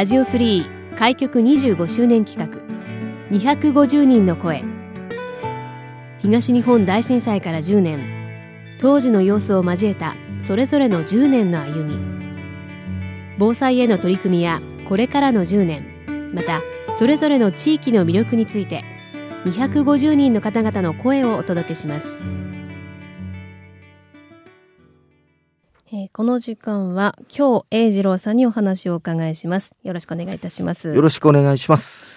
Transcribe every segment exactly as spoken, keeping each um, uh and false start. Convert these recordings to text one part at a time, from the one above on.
ラジオスリー開局にじゅうごしゅうねん企画にひゃくごじゅうにんの声。東日本大震災からじゅうねん、当時の様子を交えたそれぞれのじゅうねんの歩み、防災への取り組みやこれからのじゅうねん、またそれぞれの地域の魅力についてにひゃくごじゅうにんの方々の声をお届けします。えー、この時間は京栄次郎さんにお話をお伺いします。よろしくお願いいたします。 よろしくお願いします。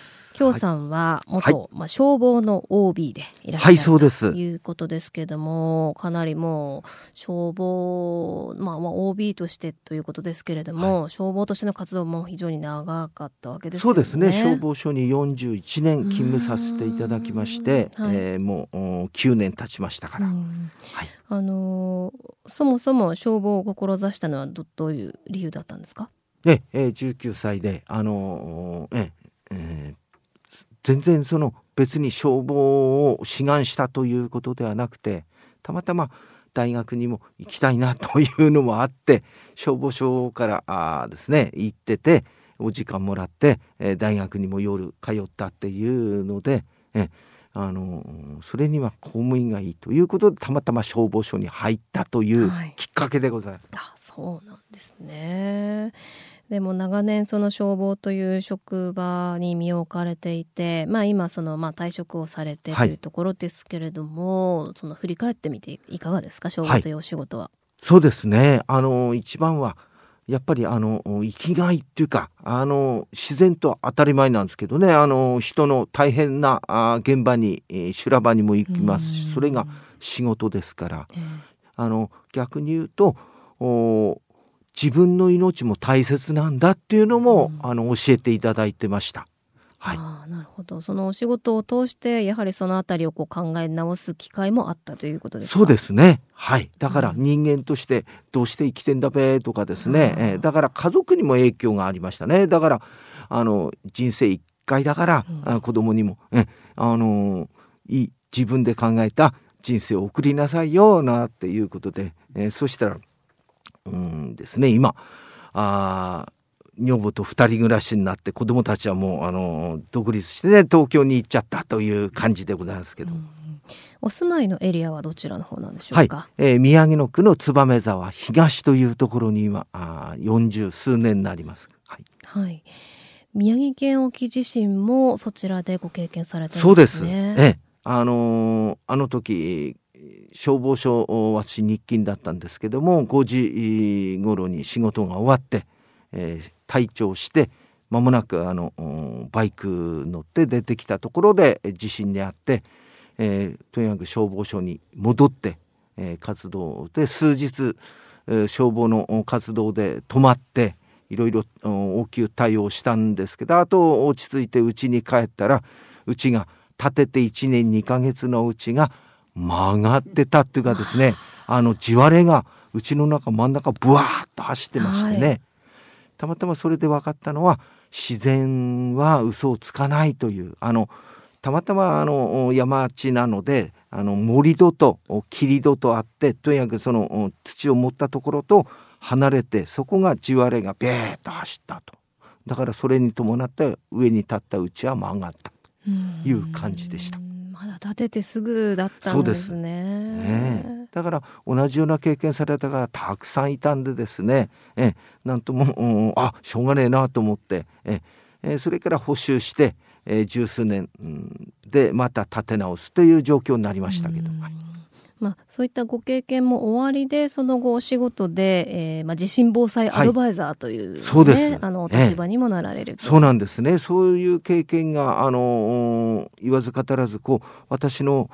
京さんは元、はい、まあ、消防の オービー でいらっしゃる、 はい、そうです、 ということですけれども、かなりもう消防、まあ、まあ オービー としてということですけれども、はい、消防としての活動も非常に長かったわけですよね。 そうですね。消防署によんじゅういちねん勤務させていただきまして、はい、えー、もうきゅうねん経ちましたから、はい、 あのー、そもそも消防を志したのは ど, どういう理由だったんですか？ ええー、じゅうきゅうさいで、あのーええー全然その別に消防を志願したということではなくて、たまたま大学にも行きたいなというのもあって、消防署からあですね行っててお時間もらって、えー、大学にも夜通ったっていうので、えあのそれには公務員がいいということでたまたま消防署に入ったというきっかけでございます。 はい、あ、そうなんですね。でも長年その消防という職場に身を置かれていて、まあ、今そのまあ退職をされてというところですけれども、はい、その振り返ってみていかがですか、消防というお仕事は。はい、 そうですね。あの一番はやっぱりあの生きがいっていうか、あの自然と当たり前なんですけどね、あの人の大変なあ現場に、えー、修羅場にも行きますし、それが仕事ですから、えー、あの逆に言うとお自分の命も大切なんだっていうのも、うん、あの教えていただいてました。はい、 あ、なるほど。そのお仕事を通してやはりそのあたりをこう考え直す機会もあったということですか？ そうですね。はい。だから人間としてどうして生きてんだべとかですね、うん、えー、だから家族にも影響がありましたね。だからあの人生一回だから、うん、子供にもえあのいい自分で考えた人生を送りなさいよなっていうことで、えー、そしたらうんですね、今あ女房と二人暮らしになって子供たちはもうあの独立してね東京に行っちゃったという感じでございますけど、うん、 お住まいのエリアはどちらの方なんでしょうか？ はい、えー、宮城野区の燕沢東というところに今あよんじゅうすうねんになります。はい、はい、 宮城県沖地震もそちらでご経験されてるんですね。 そうです、えー、あのー、あの時消防署私日勤だったんですけども、ごじ頃に仕事が終わって、えー、退庁して間もなくあのバイク乗って出てきたところで地震にあって、えー、とにかく消防署に戻って、えー、活動で数日、えー、消防の活動で止まっていろいろ応急対応したんですけど、あと落ち着いて家に帰ったらうちが建てていちねんにかげつのうちが曲がってたっていうかですね、あの地割れがうちの中真ん中ブワーッと走ってましてね、はい、たまたまそれで分かったのは自然は嘘をつかないという、あのたまたまあの山地なのであの盛り土と霧土とあって、とにかくその土を持ったところと離れてそこが地割れがベーッと走ったと。だからそれに伴って上に立ったうちは曲がったという感じでした。 まだ建ててすぐだったんですね。 そうですね。だから同じような経験された方がたくさんいたんでですね、えなんとも、うん、あしょうがねえなと思ってええそれから補修して、えー、十数年、うん、でまた建て直すという状況になりましたけど、はい、 まあ、そういったご経験も終わりでその後お仕事で、えーまあ、地震防災アドバイザーという、ね、はい、 そうです、 あの立場にもなられる、 ええ、そうなんですね。そういう経験があの言わず語らずこう私の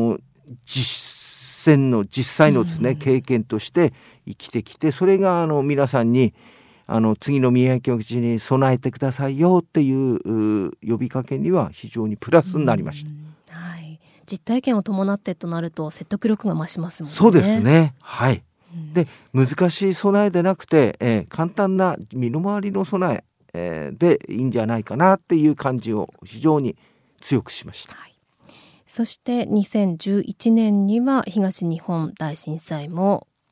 実践の実際のですね、うん、経験として生きてきて、それがあの皆さんにあの次の宮城県に備えてくださいよっていう呼びかけには非常にプラスになりました。うん、 はい、実体験を伴ってとなると説得力が増しますもんね。 そうですね。はい。うん、で難しい備えでなくて、えー、簡単な身の回りの備ええー、でいいんじゃないかなっていう感じを非常に強くしました。はい、 そしてにせんじゅういちねんには東日本大震災も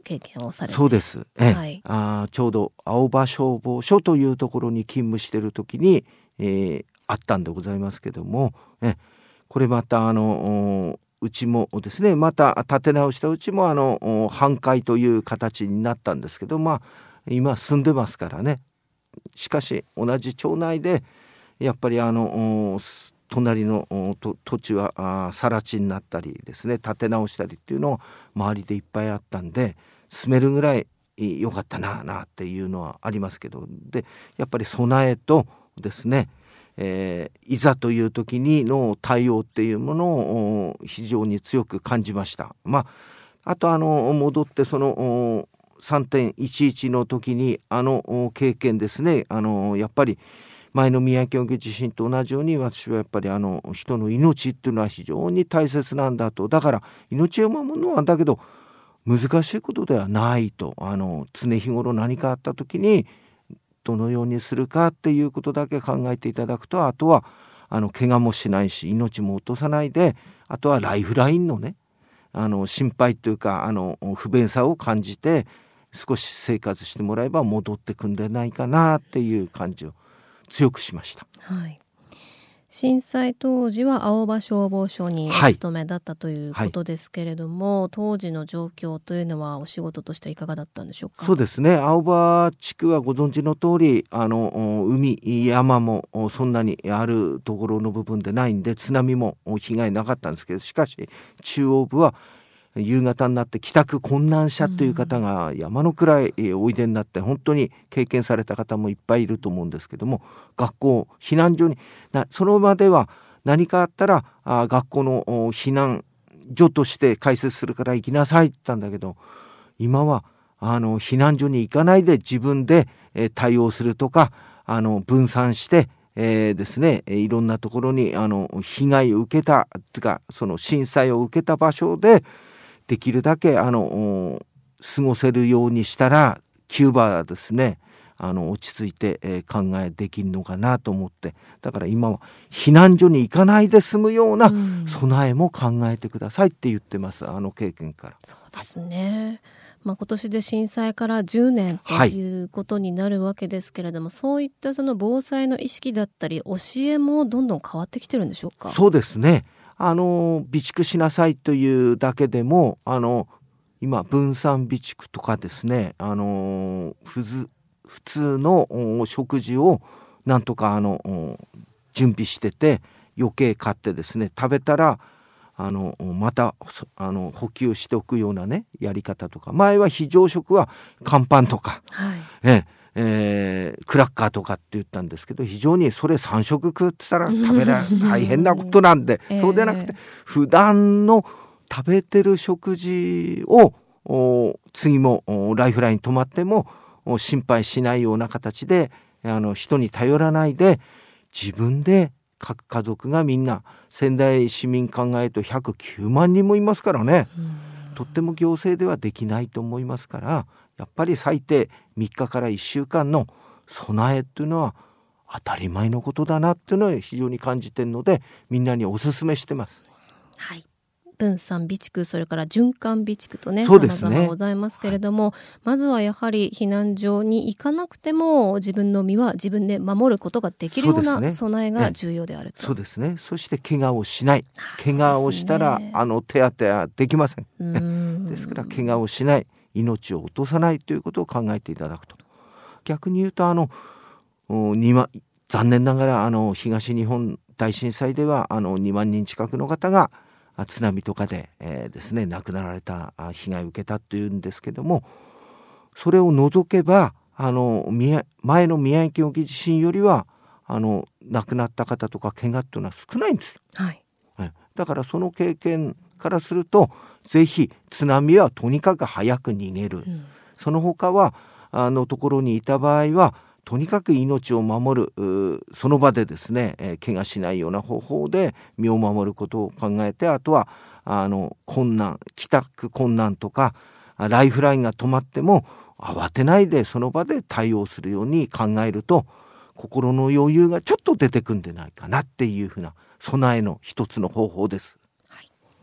経験をされて。 そうです、え、 はい、 あちょうど青葉消防署というところに勤務している時に、えー、あったんでございますけども、えこれまたあのうちもですね、また立て直したうちもあの半壊という形になったんですけど、まあ今住んでますからね。しかし同じ町内でやっぱりあの隣の土地は更地になったりですね、建て直したりっていうのは周りでいっぱいあったんで、住めるぐらい良かったななっていうのはありますけど、でやっぱり備えとですね、えー、いざという時にの対応っていうものを非常に強く感じました。まあ、あとあの戻ってその さんてんいちいち の時にあの経験ですね、あのやっぱり前の宮城県地震と同じように、私はやっぱりあの人の命っていうのは非常に大切なんだと。だから命を守るのはだけど難しいことではないと。あの常日頃何かあった時にどのようにするかっていうことだけ考えていただくと、あとはあの怪我もしないし命も落とさないで、あとはライフラインのね、あの心配というかあの不便さを感じて少し生活してもらえば戻ってくんでないかなっていう感じを強くしました。 はい、震災当時は青葉消防署にお勤めだったということですけれども、はい、当時の状況というのはお仕事としてはいかがだったんでしょうか。 そうですね、青葉地区はご存知の通りあの海山もそんなにあるところの部分でないんで津波も被害なかったんですけど、しかし中央部は夕方になって帰宅困難者という方が山のくらいおいでになって、本当に経験された方もいっぱいいると思うんですけども、学校避難所にその場では何かあったらあ学校の避難所として開設するから行きなさいって言ったんだけど、今はあの避難所に行かないで自分で対応するとか、あの分散してえー、ですね、いろんなところにあの被害を受けたとか、その震災を受けた場所でできるだけあの過ごせるようにしたらキューバはですね、あの落ち着いて、えー、考えできるのかなと思って、だから今は避難所に行かないで済むような備えも考えてくださいって言ってます、あの経験から。 そうですね、まあ、今年で震災からじゅうねんということになるわけですけれども、はい、そういったその防災の意識だったり教えもどんどん変わってきてるんでしょうか。 そうですね、あの備蓄しなさいというだけでもあの今分散備蓄とかですね、あの普通普通の食事をなんとかあの準備してて余計買ってですね、食べたらあのまたあの補給しておくようなねやり方とか、前は非常食は乾パンとか、はいねえー、クラッカーとかって言ったんですけど、非常にそれさん食食ってたら食べられ大変なことなんでえー、そうでなくて普段の食べてる食事を次もライフライン止まっても心配しないような形で、あの人に頼らないで自分で各家族がみんな、仙台市民考えるとひゃくきゅうまんにんもいますからね、とっても行政ではできないと思いますから、やっぱり最低みっかからいっしゅうかんの備えっていうのは当たり前のことだなっていうのは非常に感じているので、みんなにお勧めしてます。 はい、分散備蓄、それから循環備蓄とね、 そうですね、 様々ございますけれども、はい、まずはやはり避難所に行かなくても自分の身は自分で守ることができるような備えが重要であると。 そうですね、そして怪我をしない、怪我をしたら、ね、あの手当てはできません。うんですから怪我をしない、命を落とさないということを考えていただくと。逆に言うとあのにま残念ながらあの東日本大震災ではあのにまんにん近くの方が津波とかで、えー、ですね亡くなられた、被害を受けたというんですけども、それを除けばあの前の宮城沖地震よりはあの亡くなった方とか怪我っていうのは少ないんです、 はい、 だからその経験からするとぜひ津波はとにかく早く逃げる、うん、その他はあのところにいた場合はとにかく命を守る、その場でですね、えー、怪我しないような方法で身を守ることを考えて、あとはあの困難帰宅困難とかライフラインが止まっても慌てないでその場で対応するように考えると、心の余裕がちょっと出てくんでないかなっていうふうな備えの一つの方法です。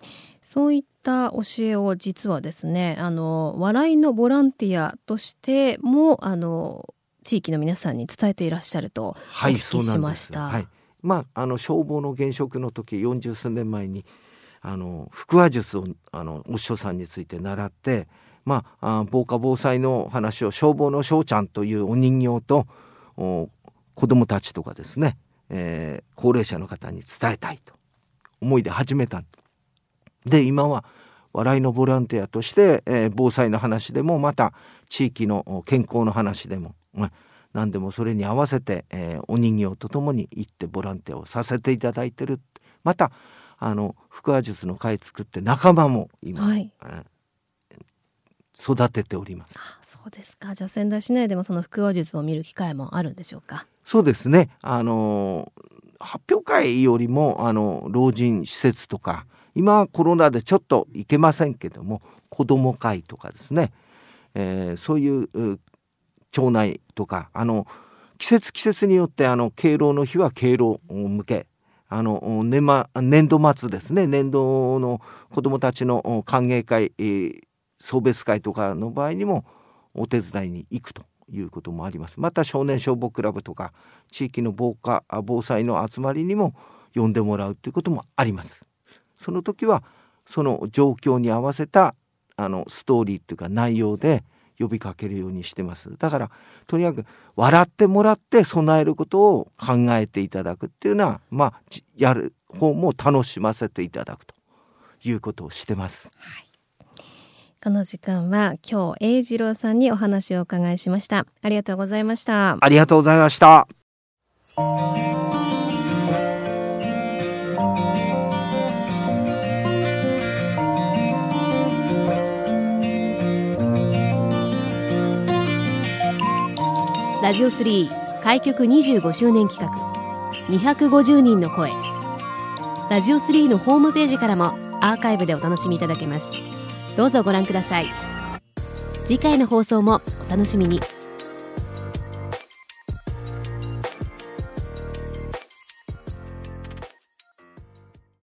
そういった教えを実はですね、あの笑いのボランティアとしてもあの地域の皆さんに伝えていらっしゃるとお聞きしました。 はい、はい、まあ、あの消防の現職の時よんじゅう数年前にあの腹話術をあのお師匠さんについて習って、まあ、あ防火防災の話を消防のしょうちゃんというお人形とお子どもたちとかですね、えー、高齢者の方に伝えたいと思いで始めた。で今は笑いのボランティアとして、えー、防災の話でもまた地域の健康の話でも、うん、何でもそれに合わせて、えー、お人形とともに行ってボランティアをさせていただいてる。またあの腹話術の会作って仲間も今、はい、えー、育てております。 あ、そうですか。じゃあ仙台市内でもその腹話術を見る機会もあるんでしょうか。 そうですね、あの発表会よりもあの老人施設とか、今コロナでちょっと行けませんけども子ども会とかですね、えー、そういう町内とか、あの季節季節によってあの敬老の日は敬老向け、あの 年, ま、年度末ですね、年度の子どもたちの歓迎会、えー、送別会とかの場合にもお手伝いに行くということもあります。また少年消防クラブとか地域の防火防災の集まりにも呼んでもらうということもあります。その時はその状況に合わせたあのストーリーというか内容で呼びかけるようにしてます。だからとにかく笑ってもらって備えることを考えていただくっていうのは、まあやる方も楽しませていただくということをしてます。 はい、この時間は今日栄次郎さんにお話をお伺いしました。ありがとうございました。 ありがとうございました。 ラジオスリー開局にじゅうごしゅうねん企画にひゃくごじゅうにんの声。ラジオスリーのホームページからもアーカイブでお楽しみいただけます。どうぞご覧ください。次回の放送もお楽しみに。